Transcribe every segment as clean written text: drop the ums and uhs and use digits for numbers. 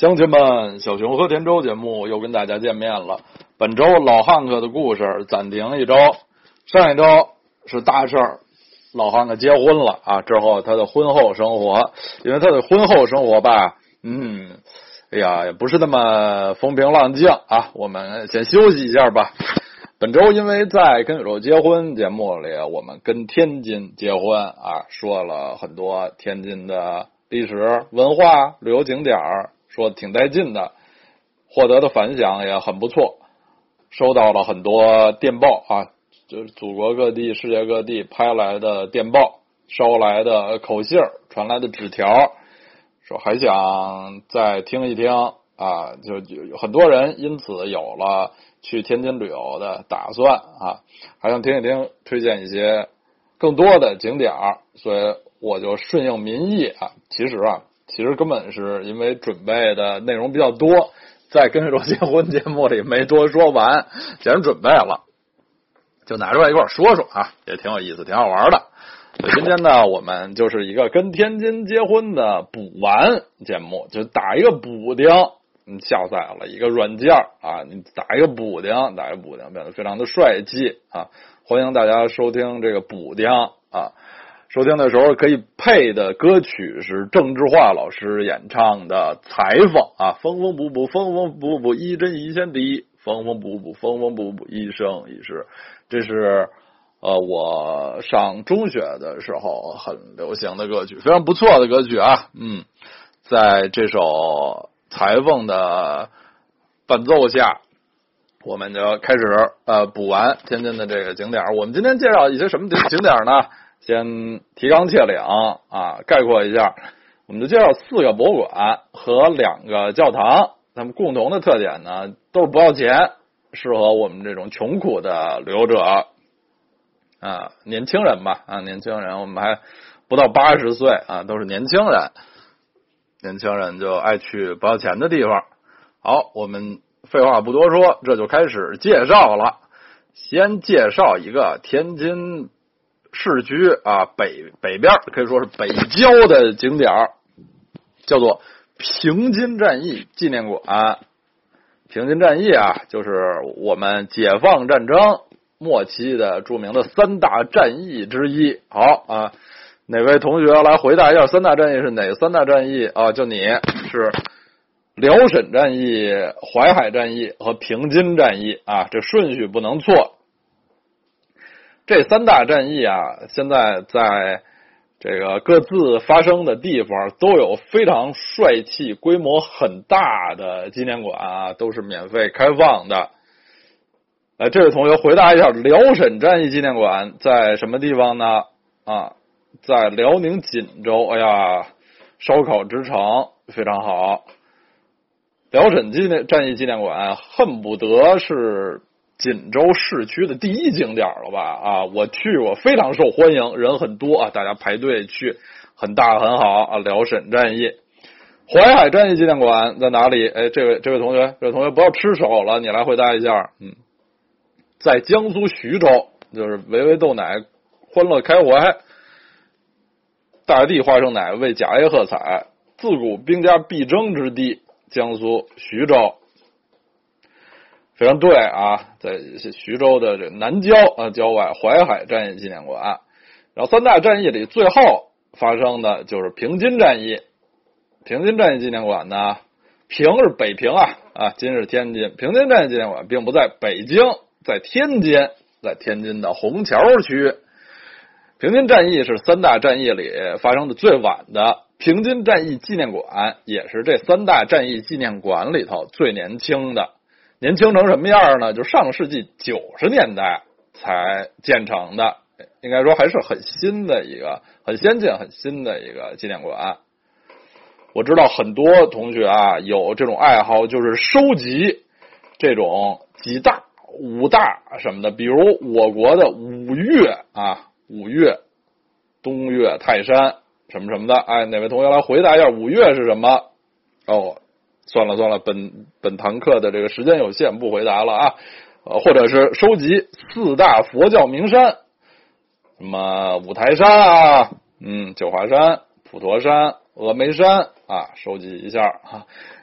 乡亲们，小熊和田周节目又跟大家见面了。本周老汉克的故事暂停一周，上一周是大事儿，老汉克结婚了啊，之后他的婚后生活，因为他的婚后生活吧，也不是那么风平浪静啊，我们先休息一下吧。本周因为在跟宇宙结婚节目里，我们跟天津结婚啊，说了很多天津的历史文化旅游景点，说挺带劲的，获得的反响也很不错，收到了很多电报啊，就是祖国各地世界各地拍来的电报，捎来的口信，传来的纸条，说还想再听一听啊，就有很多人因此有了去天津旅游的打算啊，还想听一听推荐一些更多的景点，所以我就顺应民意啊，其实根本是因为准备的内容比较多，在跟宇宙结婚节目里没多说完，既然准备了就拿出来一块说说啊，也挺有意思挺好玩的。所以今天呢，我们就是一个跟天津结婚的补完节目，就打一个补丁，下载了一个软件啊，你打一个补丁变得非常的帅气啊！欢迎大家收听这个补丁啊！收听的时候可以配的歌曲是郑智化老师演唱的《采风》啊，风风补补，风风补补，一针一线第，风风补补，风风补补，一生一世。这是我上中学的时候很流行的歌曲，非常不错的歌曲啊。在这首裁缝的伴奏下，我们就开始补完天津的这个景点。我们今天介绍一些什么景点呢？先提纲挈领啊，概括一下，我们就介绍4个博物馆和2个教堂，它们共同的特点呢都是不要钱，适合我们这种穷苦的旅游者啊，年轻人吧啊，年轻人我们还不到80岁啊，都是年轻人。年轻人就爱去不要钱的地方。好，我们废话不多说，这就开始介绍了。先介绍一个天津市区啊北边可以说是北郊的景点，叫做平津战役纪念馆。平津战役啊，就是我们解放战争末期的著名的3大战役之一。好啊，哪位同学来回答一下3大战役是哪3大战役啊？就你是辽沈战役、淮海战役和平津战役啊，这顺序不能错。这3大战役啊，现在在这个各自发生的地方都有非常帅气、规模很大的纪念馆啊，都是免费开放的。这位同学回答一下，辽沈战役纪念馆在什么地方呢？啊，在辽宁锦州。哎呀，烧烤之城，非常好。辽沈战役纪念馆恨不得是锦州市区的第1景点了吧？啊，我去过，非常受欢迎，人很多啊，大家排队去，很大很好啊。辽沈战役，淮海战役纪念馆在哪里？这位同学不要吃手了，你来回答一下。在江苏徐州，就是维维豆奶，欢乐开怀，大地花生奶为甲 A 喝彩，自古兵家必争之地，江苏徐州。非常对啊，在徐州的这南郊郊外淮海战役纪念馆。然后3大战役里最后发生的就是平津战役。平津战役纪念馆呢，平是北平啊，津是天津。平津战役纪念馆并不在北京，在天津，在天津的虹桥区。平津战役是3大战役里发生的最晚的，平津战役纪念馆也是这3大战役纪念馆里头最年轻的。年轻成什么样呢？就上世纪90年代才建成的，应该说还是很新的一个，很先进很新的一个纪念馆。我知道很多同学啊有这种爱好，就是收集这种几大5大什么的，比如我国的5岳啊，5岳，东岳、泰山什么什么的。哪位同学来回答一下5岳是什么？算了，本堂课的这个时间有限，不回答了啊。或者是收集4大佛教名山，什么五台山啊，九华山、普陀山、峨眉山啊，收集一下啊。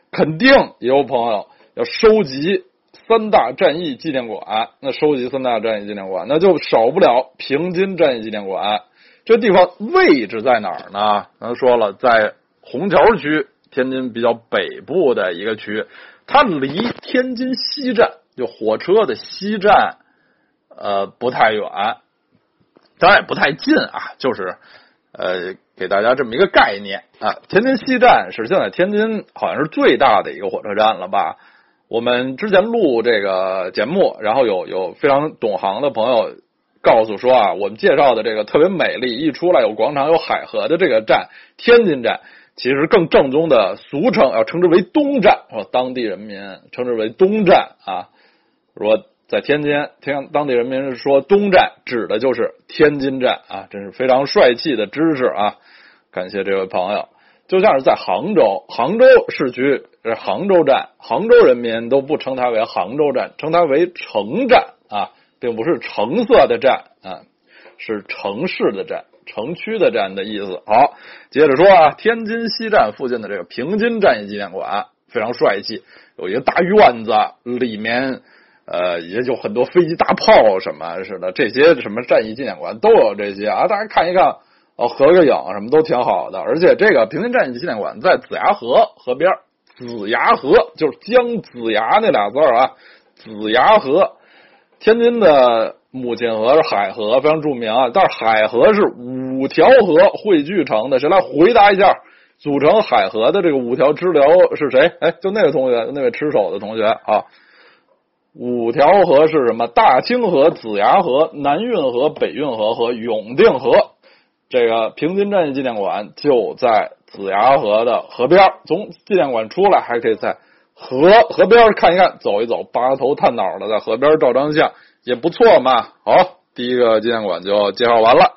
肯定也有朋友要收集三大战役纪念馆，那收集三大战役纪念馆，那就少不了平津战役纪念馆。这地方位置在哪儿呢？咱说了，在虹桥区，天津比较北部的一个区，它离天津西站，就火车的西站，不太远，当然也不太近啊，就是给大家这么一个概念啊。天津西站是现在天津好像是最大的一个火车站了吧？我们之前录这个节目，然后有非常懂行的朋友告诉说啊，我们介绍的这个特别美丽，一出来有广场有海河的这个站，天津站，其实更正宗的俗称要称之为东站，当地人民称之为东站啊。如果在天津，当地人民说东站，指的就是天津站啊，真是非常帅气的知识啊！感谢这位朋友。就像是在杭州市区是杭州站，杭州人民都不称它为杭州站，称它为城站啊，并不是橙色的站啊，是城市的站，城区的站的意思。好，接着说啊，天津西站附近的这个平津战役纪念馆非常帅气，有一个大院子，里面也有很多飞机大炮什么似的，这些什么战役纪念馆都有这些啊，大家看一看合个影什么都挺好的。而且这个平津战役纪念馆在子牙河边，子牙河就是姜子牙那俩字啊，子牙河。天津的母亲河是海河，非常著名啊，但是海河是5条河汇聚成的，谁来回答一下组成海河的这个5条支流是谁？就那个同学，那位吃手的同学啊。5条河是什么？大清河、子牙河、南运河、北运河和永定河。这个平津战役纪念馆就在子牙河的河边，从纪念馆出来还可以在河边看一看，走一走，扒头探脑的在河边照张相也不错嘛。好，第一个纪念馆就介绍完了。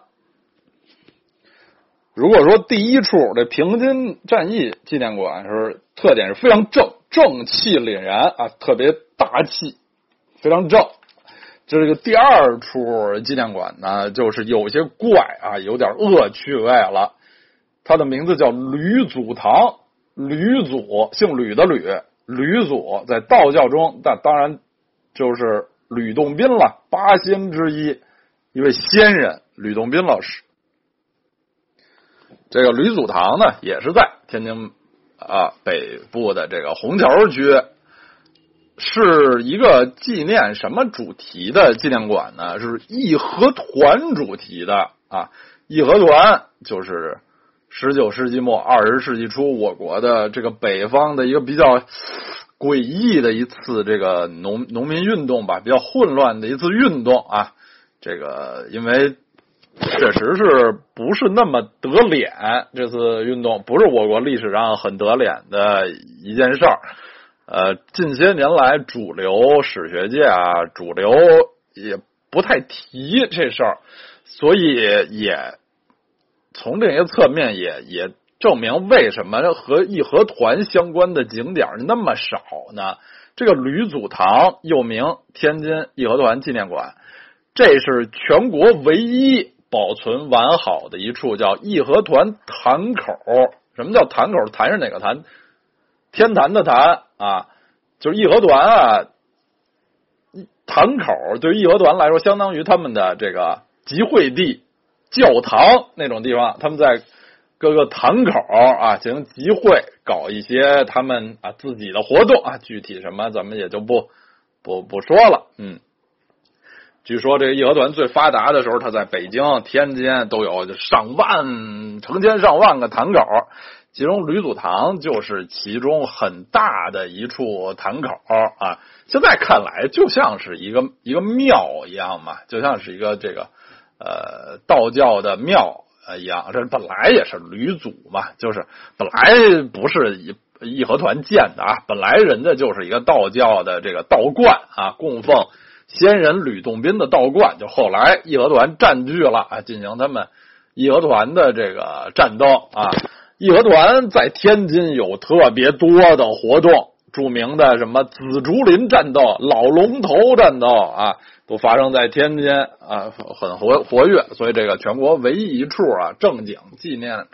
如果说第一处这平津战役纪念馆是特点是非常正气凛然啊，特别大气，非常正。这个第二处纪念馆呢，就是有些怪啊，有点恶趣味了。它的名字叫吕祖堂，吕祖姓吕的吕祖在道教中，但当然就是吕洞宾了，8仙之一位仙人吕洞宾老师。这个吕祖堂呢，也是在天津北部的这个虹桥区，是一个纪念什么主题的纪念馆呢？是义和团主题的啊。义和团就是19世纪末20世纪初我国的这个北方的一个比较诡异的一次这个农民运动吧，比较混乱的一次运动啊。这个因为确实是不是那么得脸，这次运动不是我国历史上很得脸的一件事儿。近些年来主流史学界啊，主流也不太提这事儿，所以也从这些侧面也证明为什么和义和团相关的景点那么少呢？这个吕祖堂又名天津义和团纪念馆，这是全国唯一保存完好的一处叫义和团坛口。什么叫坛口？坛是哪个坛？天坛的坛啊，就是义和团啊。坛口对于义和团来说，相当于他们的这个集会地、教堂那种地方，他们在各个坛口啊进行集会，搞一些他们自己的活动啊，具体什么咱们也就不说了。据说这个义和团最发达的时候，它在北京、天津都有成千上万个坛口，其中吕祖堂就是其中很大的一处坛口啊。现在看来就像是一个庙一样嘛，就像是一个这个道教的庙一样。这本来也是吕祖嘛，就是本来不是义和团建的啊，本来人家就是一个道教的这个道观啊，供奉先人吕洞宾的道观，就后来义和团占据了啊，进行他们义和团的这个战斗啊。义和团在天津有特别多的活动，著名的什么紫竹林战斗、老龙头战斗啊，都发生在天津啊，很活跃。所以这个全国唯一一处啊正经纪念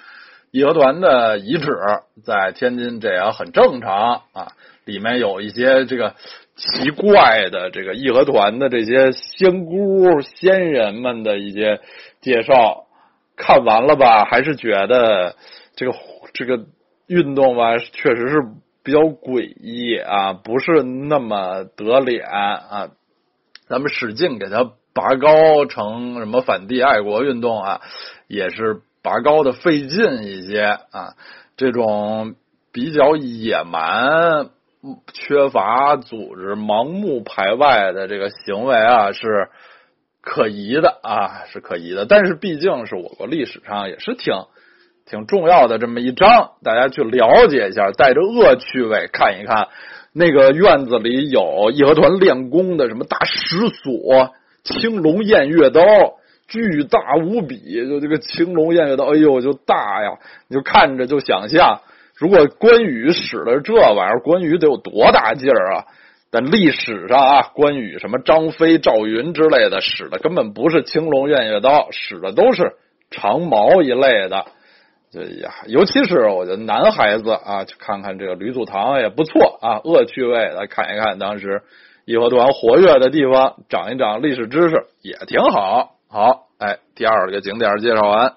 义和团的遗址在天津，这也很正常啊。里面有一些这个奇怪的这个义和团的这些仙姑仙人们的一些介绍，看完了吧，还是觉得这个运动吧，确实是比较诡异啊，不是那么得脸啊。咱们使劲给它拔高成什么反帝爱国运动啊，也是拔高的费劲一些啊。这种比较野蛮、缺乏组织、盲目排外的这个行为啊，是可疑的啊，是可疑的。但是毕竟是我国历史上也是挺重要的这么一章，大家去了解一下，带着恶趣味看一看。那个院子里有义和团练功的什么大石锁、青龙偃月刀，巨大无比，就这个青龙偃月刀，哎呦就大呀，你就看着就想象，如果关羽使了这玩意儿，关羽得有多大劲儿啊！但历史上啊，关羽什么张飞、赵云之类的使的根本不是青龙偃月刀，使的都是长矛一类的。尤其是我觉得男孩子啊，去看看这个吕祖堂也不错啊，恶趣味的看一看当时义和团活跃的地方，长一长历史知识也挺好。好，第二个景点介绍完。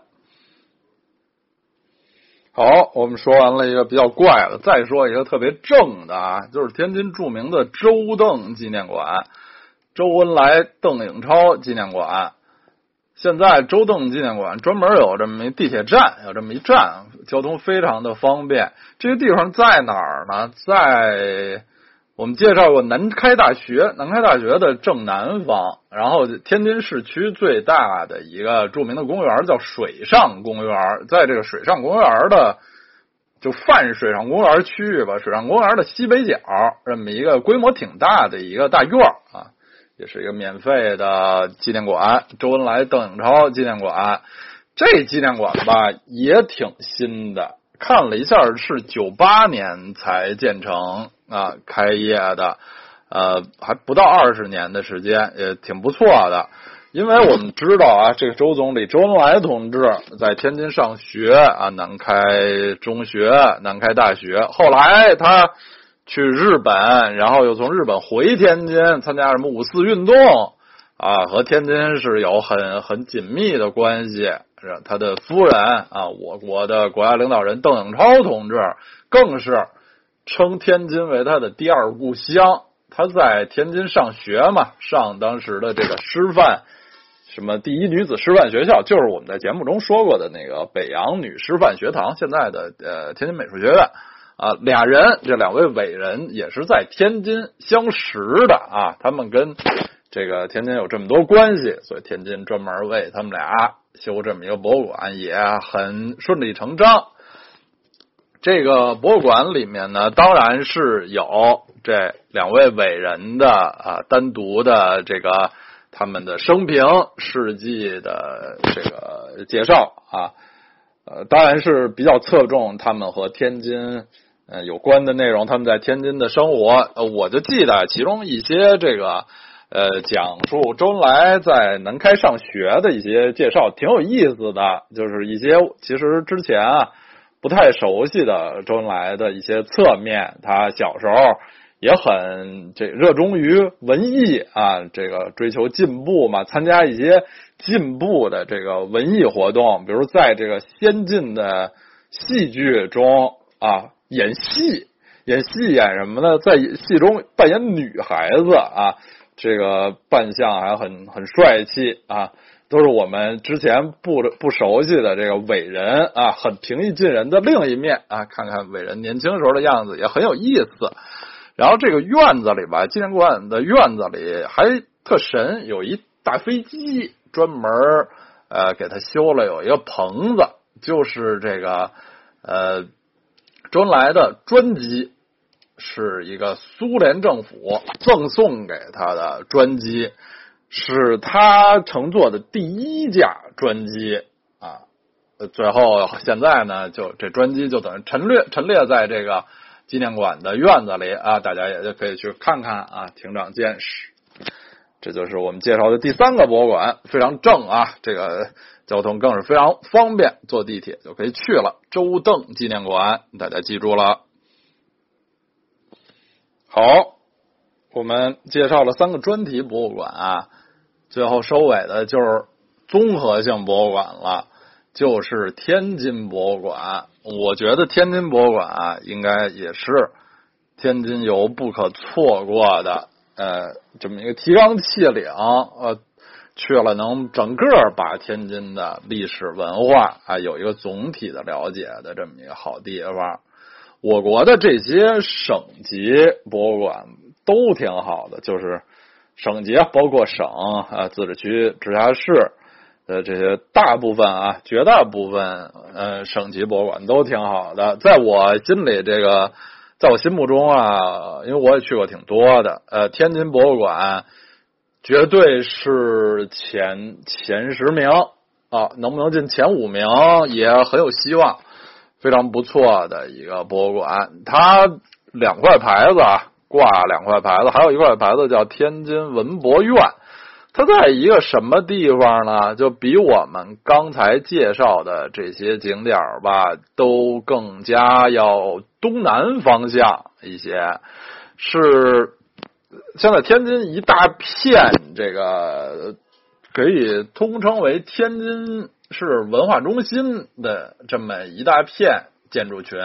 好，我们说完了一个比较怪的，再说一个特别正的啊，就是天津著名的周邓纪念馆，周恩来、邓颖超纪念馆。现在周邓纪念馆专门有这么一地铁站，有这么一站，交通非常的方便。这个地方在哪儿呢？在我们介绍过南开大学，南开大学的正南方，然后天津市区最大的一个著名的公园叫水上公园，在这个水上公园的就泛水上公园区域吧，水上公园的西北角这么一个规模挺大的一个大院啊。也是一个免费的纪念馆，周恩来、邓颖超纪念馆。这纪念馆吧也挺新的，看了一下是98年才建成啊，开业的，还不到20年的时间，也挺不错的。因为我们知道啊，这个周总理周恩来同志在天津上学啊，南开中学、南开大学，后来他去日本，然后又从日本回天津参加什么五四运动啊，和天津是有很紧密的关系。是他的夫人啊，我国的国家领导人邓颖超同志更是称天津为他的第二故乡。他在天津上学嘛，上当时的这个师范什么第一女子师范学校，就是我们在节目中说过的那个北洋女师范学堂，现在的天津美术学院。俩人，这两位伟人也是在天津相识的啊，他们跟这个天津有这么多关系，所以天津专门为他们俩修这么一个博物馆，也很顺理成章。这个博物馆里面呢，当然是有这两位伟人的单独的这个他们的生平事迹的这个介绍啊，当然是比较侧重他们和天津有关的内容，他们在天津的生活。我就记得其中一些这个讲述周恩来在南开上学的一些介绍挺有意思的，就是一些其实之前不太熟悉的周恩来的一些侧面。他小时候也很热衷于文艺啊，这个追求进步嘛，参加一些进步的这个文艺活动，比如在这个先进的戏剧中演戏演什么呢？在戏中扮演女孩子啊，这个扮相还很帅气啊，都是我们之前不熟悉的这个伟人啊，很平易近人的另一面啊。看看伟人年轻时候的样子也很有意思。然后这个院子里吧，纪念馆的院子里还特神，有一大飞机，专门给他修了有一个棚子，就是这个周恩来的专机，是一个苏联政府赠送给他的专机，是他乘坐的第一架专机啊。最后现在呢，就这专机就等于陈列在这个纪念馆的院子里啊，大家也就可以去看看啊，挺长见识。 这就是我们介绍的第3个博物馆，非常正啊，这个交通更是非常方便，坐地铁就可以去了。周邓纪念馆，大家记住了。好，我们介绍了3个专题博物馆啊，最后收尾的就是综合性博物馆了，就是天津博物馆。我觉得天津博物馆啊，应该也是天津游不可错过的这么一个提纲挈领，去了能整个把天津的历史文化啊有一个总体的了解的这么一个好地方。我国的这些省级博物馆都挺好的，就是省级包括省自治区、直辖市这些大部分啊，绝大部分省级博物馆都挺好的。在我心里，在我心目中啊，因为我也去过挺多的，天津博物馆绝对是前10名啊，能不能进前5名也很有希望。非常不错的一个博物馆，它2块牌子啊，挂2块牌子，还有一块牌子叫天津文博院。它在一个什么地方呢？就比我们刚才介绍的这些景点吧，都更加要东南方向一些。是现在天津一大片，这个可以通称为天津市文化中心的这么一大片建筑群。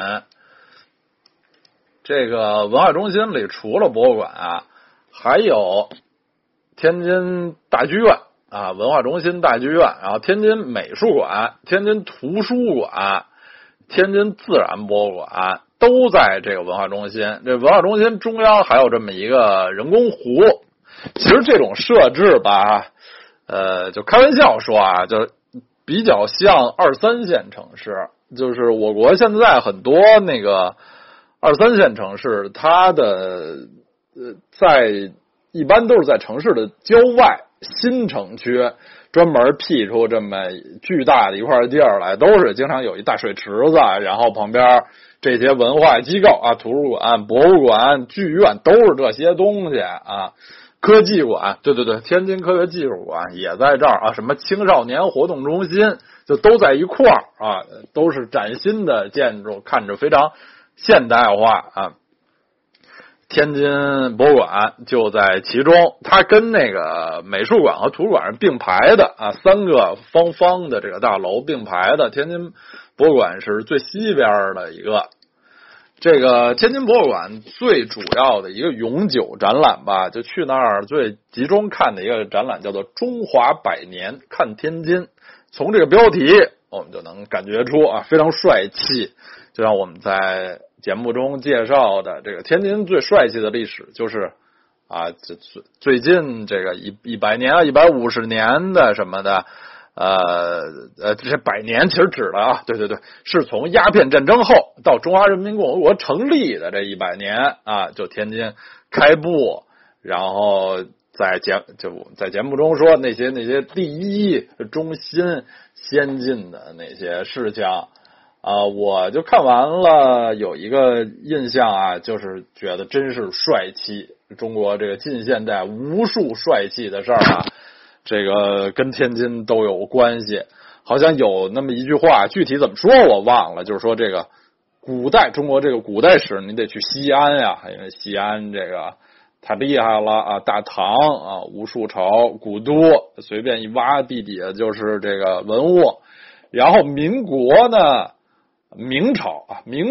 这个文化中心里除了博物馆啊，还有天津大剧院啊，文化中心大剧院，然后天津美术馆、天津图书馆、天津自然博物馆都在这个文化中心。这文化中心中央还有这么一个人工湖。其实这种设置吧，就开玩笑说啊，就比较像2、3线城市。就是我国现在很多那个2、3线城市，它的一般都是在城市的郊外新城区专门辟出这么巨大的一块地儿来，都是经常有一大水池子，然后旁边这些文化机构啊，图书馆、博物馆、剧院都是这些东西啊。科技馆，对，天津科学技术馆也在这儿啊，什么青少年活动中心就都在一块儿啊，都是崭新的建筑，看着非常现代化啊。天津博物馆就在其中，它跟那个美术馆和图书馆是并排的啊，3个方的这个大楼并排的。天津博物馆是最西边的一个。这个天津博物馆最主要的一个永久展览吧，就去那儿最集中看的一个展览叫做中华100年看天津。从这个标题我们就能感觉出啊，非常帅气。就像我们在节目中介绍的，这个天津最帅气的历史就是啊，最近这个100年啊、150年的什么的，这100年其实指的啊，对，是从鸦片战争后到中华人民共和国成立的这100年啊，就天津开埠，然后在节目中说那些第一中心先进的那些事情啊，我就看完了，有一个印象啊，就是觉得真是帅气。中国这个近现代无数帅气的事儿啊，这个跟天津都有关系。好像有那么一句话，具体怎么说我忘了，就是说这个中国这个古代史，你得去西安呀，因为西安这个太厉害了啊，大唐啊，无数朝古都，随便一挖地底下就是这个文物。然后民国呢，明朝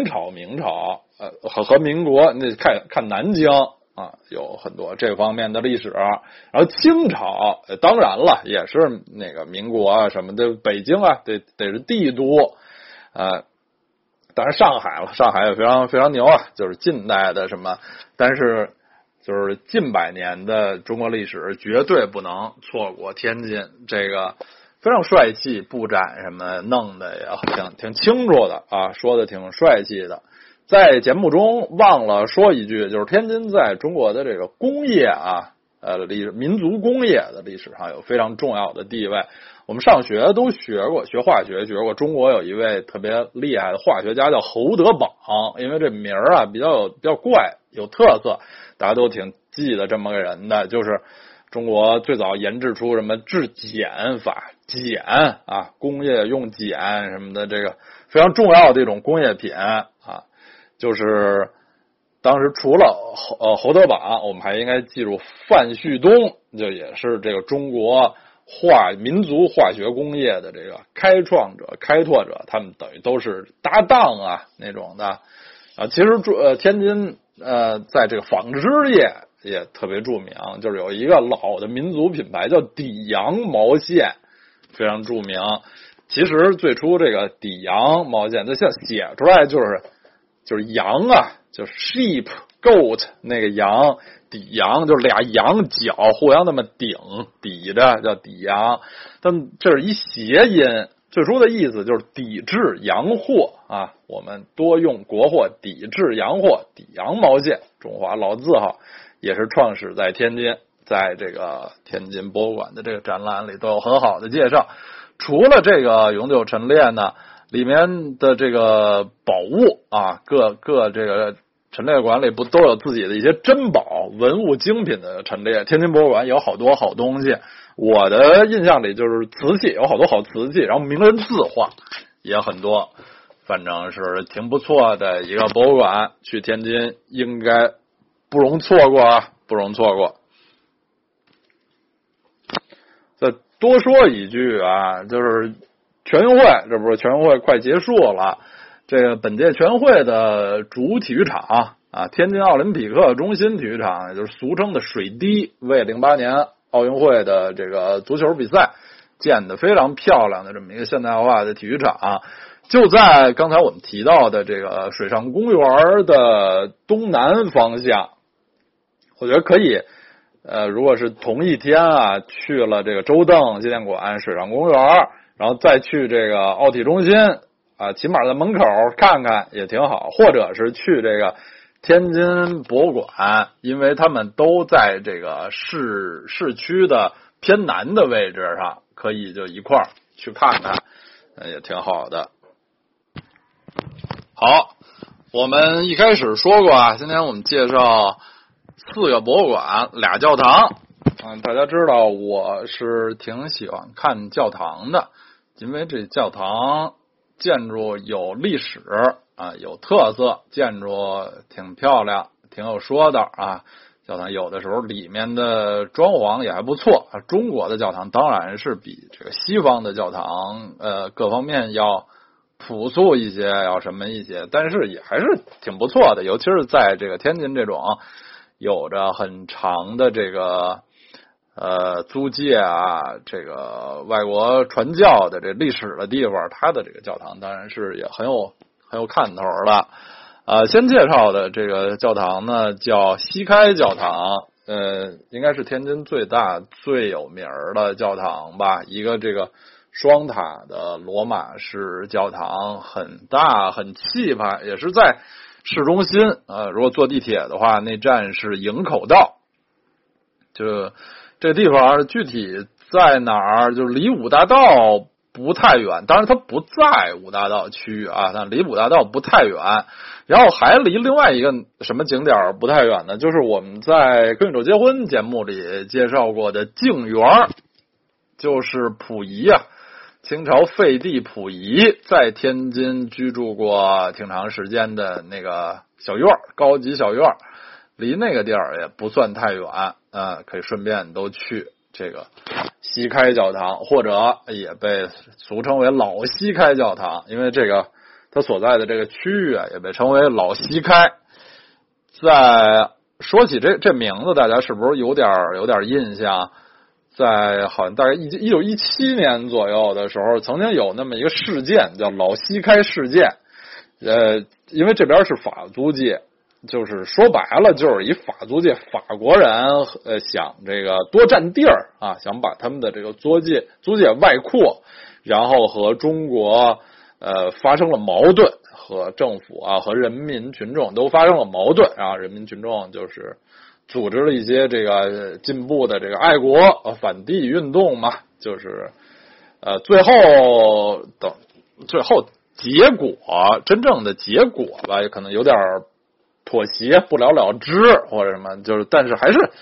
和民国，那看南京啊，有很多这方面的历史。然后清朝当然了，也是那个民国啊什么的，北京啊得是帝都当然上海也非常非常牛啊，就是近代的什么，但是就是近100年的中国历史绝对不能错过天津。这个非常帅气，布展什么弄的也挺清楚的啊，说的挺帅气的。在节目中忘了说一句，就是天津在中国的这个工业啊，民族工业的历史上有非常重要的地位。我们上学都学过，学化学学过，中国有一位特别厉害的化学家叫侯德榜，因为这名啊比较怪，有特色，大家都挺记得这么个人的，就是中国最早研制出什么制碱法，碱啊，工业用碱什么的，这个非常重要的一种工业品啊，就是当时除了侯德榜，我们还应该记住范旭东，就也是这个中国民族化学工业的这个开创者、开拓者，他们等于都是搭档啊那种的啊。其实天津在这个纺织业也特别著名，就是有一个老的民族品牌叫氐阳毛线，非常著名。其实最初这个氐阳毛线，这像写出来就是羊啊，就是 sheep goat 那个羊，氐阳就是俩羊角互相那么抵着叫氐阳，但这是一谐音，最初的意思就是抵制洋货啊，我们多用国货抵制洋货，氐阳毛线，中华老字号，也是创始在天津，在这个天津博物馆的这个展览里都有很好的介绍。除了这个永久陈列呢，里面的这个宝物啊，各这个陈列馆里不都有自己的一些珍宝、文物精品的陈列？天津博物馆有好多好东西，我的印象里就是瓷器，有好多好瓷器，然后名人字画也很多，反正是挺不错的一个博物馆。去天津应该不容错过啊，不容错过。再多说一句啊，就是全运会，这不是全运会快结束了，这个本届全运会的主体育场啊，天津奥林匹克中心体育场，也就是俗称的水滴，为08年奥运会的这个足球比赛建得非常漂亮的这么一个现代化的体育场，就在刚才我们提到的这个水上公园的东南方向。我觉得可以如果是同一天啊，去了这个周邓纪念馆、水上公园，然后再去这个奥体中心啊，起码在门口看看也挺好，或者是去这个天津博物馆，因为他们都在这个市区的偏南的位置上，可以就一块儿去看看，也挺好的。好，我们一开始说过啊，今天我们介绍4个博物馆，2教堂。大家知道我是挺喜欢看教堂的，因为这教堂建筑有历史啊，有特色，建筑挺漂亮，挺有说道啊。教堂有的时候里面的装潢也还不错啊。中国的教堂当然是比这个西方的教堂各方面要朴素一些，要什么一些，但是也还是挺不错的，尤其是在这个天津这种有着很长的这个租界啊，这个外国传教的这历史的地方，它的这个教堂当然是也很有看头的。先介绍的这个教堂呢叫西开教堂，应该是天津最大最有名的教堂吧，一个这个双塔的罗马式教堂，很大很气派，也是在市中心。如果坐地铁的话，那站是营口道，就这地方具体在哪儿，就是离五大道不太远，当然它不在五大道区啊，但离五大道不太远。然后还离另外一个什么景点不太远呢？就是我们在《跟宇宙结婚》节目里介绍过的静园，就是溥仪啊，清朝废帝溥仪在天津居住过挺长时间的那个小院，高级小院，离那个地儿也不算太远可以顺便都去这个西开教堂，或者也被俗称为老西开教堂，因为这个它所在的这个区域也被称为老西开。在说起这名字，大家是不是有点印象？在好像大概1917年左右的时候，曾经有那么一个事件叫老西开事件。因为这边是法租界，就是说白了就是一法租界，法国人想这个多占地儿啊，想把他们的这个租界外扩，然后和中国发生了矛盾，和政府啊和人民群众都发生了矛盾，然后人民群众就是组织了一些这个进步的这个爱国反帝运动嘛，就是最后结果，真正的结果吧，也可能有点妥协，不了了之或者什么，就是但是还是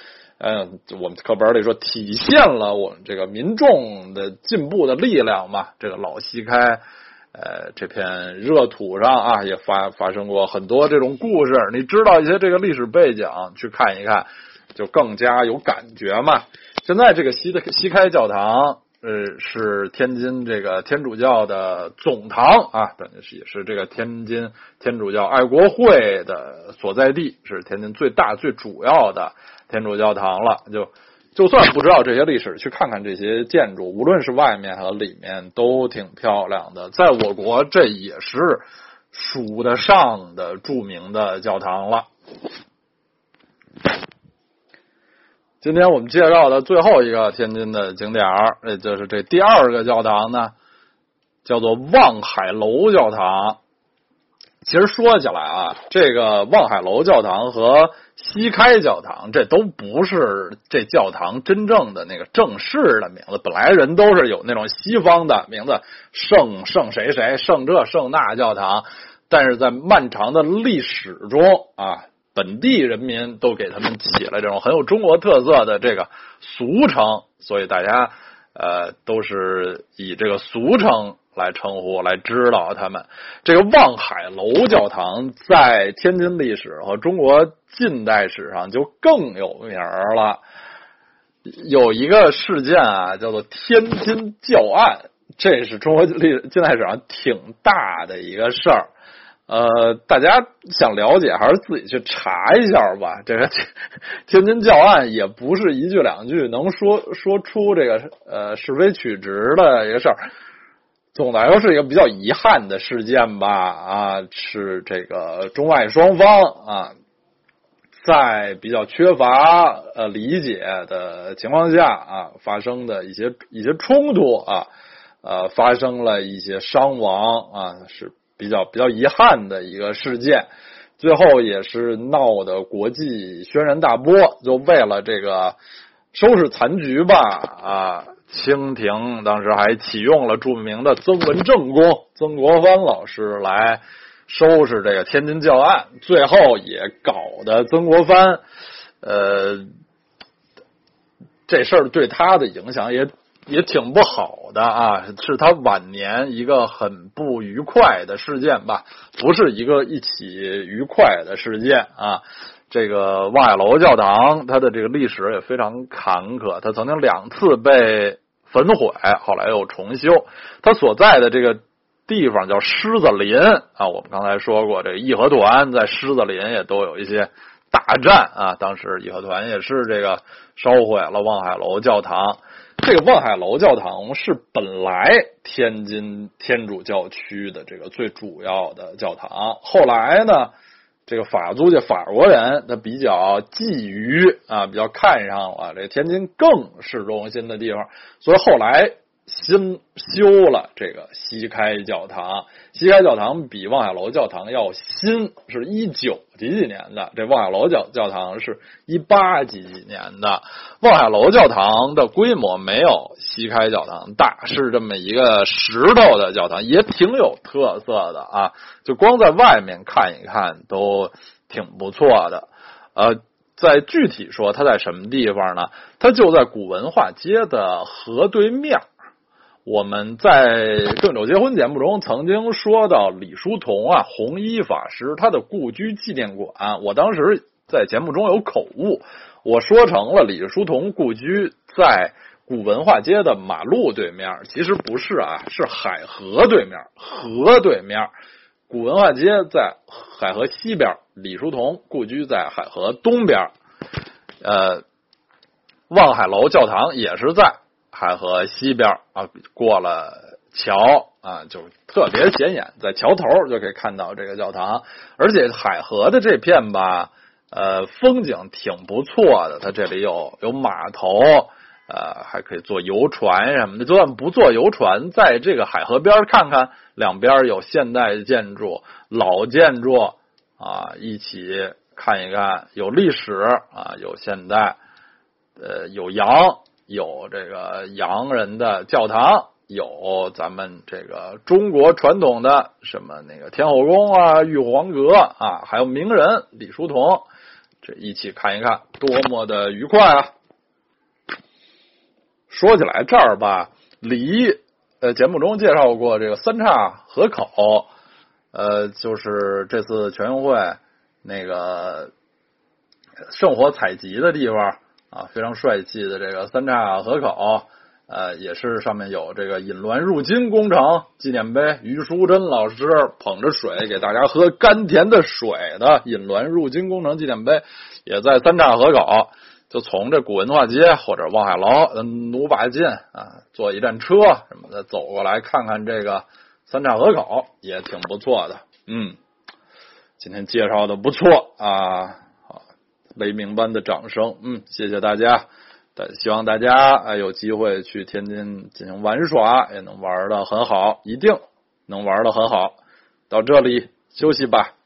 我们课本里说体现了我们这个民众的进步的力量嘛。这个老西开这片热土上啊，也发生过很多这种故事。你知道一些这个历史背景，去看一看，就更加有感觉嘛。现在这个西开教堂，是天津这个天主教的总堂啊，等于也是这个天津天主教爱国会的所在地，是天津最大最主要的天主教堂了。就算不知道这些历史，去看看这些建筑，无论是外面和里面都挺漂亮的。在我国，这也是数得上的著名的教堂了。今天我们介绍的最后一个天津的景点，也就是这第二个教堂呢，叫做望海楼教堂。其实说起来啊，这个望海楼教堂和西开教堂，这都不是这教堂真正的那个正式的名字。本来人都是有那种西方的名字，圣谁谁，圣这圣那教堂，但是在漫长的历史中啊，本地人民都给他们起了这种很有中国特色的这个俗称，所以大家都是以这个俗称来称呼，来知道他们。这个望海楼教堂在天津历史和中国近代史上就更有名了。有一个事件啊，叫做天津教案，这是中国近代史上挺大的一个事儿。大家想了解还是自己去查一下吧。这个天津教案也不是一句两句能说出这个是非曲直的一个事儿。总的来说是一个比较遗憾的事件吧。啊，是这个中外双方啊，在比较缺乏理解的情况下啊，发生的一些冲突啊，发生了一些伤亡啊，是比较遗憾的一个事件。最后也是闹得国际轩然大波，就为了这个收拾残局吧啊，清廷当时还启用了著名的曾文正公曾国藩老师来收拾这个天津教案，最后也搞得曾国藩这事儿对他的影响也挺不好的啊，是他晚年一个很不愉快的事件吧，不是一个一起愉快的事件啊。这个望海楼教堂它的这个历史也非常坎坷，它曾经2次被焚毁，后来又重修。它所在的这个地方叫狮子林啊，我们刚才说过，这个义和团在狮子林也都有一些大战啊，当时义和团也是这个烧毁了望海楼教堂。这个望海楼教堂是本来天津天主教区的这个最主要的教堂，后来呢，这个法租界法国人他比较觊觎啊，比较看上了这天津更市中心的地方，所以后来新修了这个西开教堂。西开教堂比望海楼教堂要新，是19几年的，这望海楼教堂是18几年的。望海楼教堂的规模没有西开教堂大，是这么一个石头的教堂，也挺有特色的啊，就光在外面看一看都挺不错的。在具体说它在什么地方呢？它就在古文化街的河对面。我们在郑州结婚节目中曾经说到李叔同啊，弘一法师他的故居纪念馆，我当时在节目中有口误，我说成了李叔同故居在古文化街的马路对面，其实不是啊，是海河对面，河对面。古文化街在海河西边，李叔同故居在海河东边。望海楼教堂也是在海河西边啊，过了桥啊，就特别显眼，在桥头就可以看到这个教堂。而且海河的这片吧，风景挺不错的，它这里有码头，还可以坐游船什么的。就算不坐游船，在这个海河边看看，两边有现代建筑、老建筑啊，一起看一看，有历史啊，有现代，有洋。有这个洋人的教堂，有咱们这个中国传统的什么那个天后宫啊、玉皇阁啊，还有名人李叔同这一起看一看，多么的愉快啊！说起来这儿吧，离节目中介绍过这个三岔河口，就是这次全运会那个圣火采集的地方啊，非常帅气的这个三岔河口，也是上面有这个引滦入京工程纪念碑，于淑珍老师捧着水给大家喝甘甜的水的引滦入京工程纪念碑，也在三岔河口。就从这古文化街或者望海楼、努把劲啊，坐一站车什么的走过来看看这个三岔河口，也挺不错的。今天介绍的不错啊，雷鸣般的掌声，谢谢大家。希望大家有机会去天津进行玩耍，也能玩得很好，一定能玩得很好。到这里休息吧。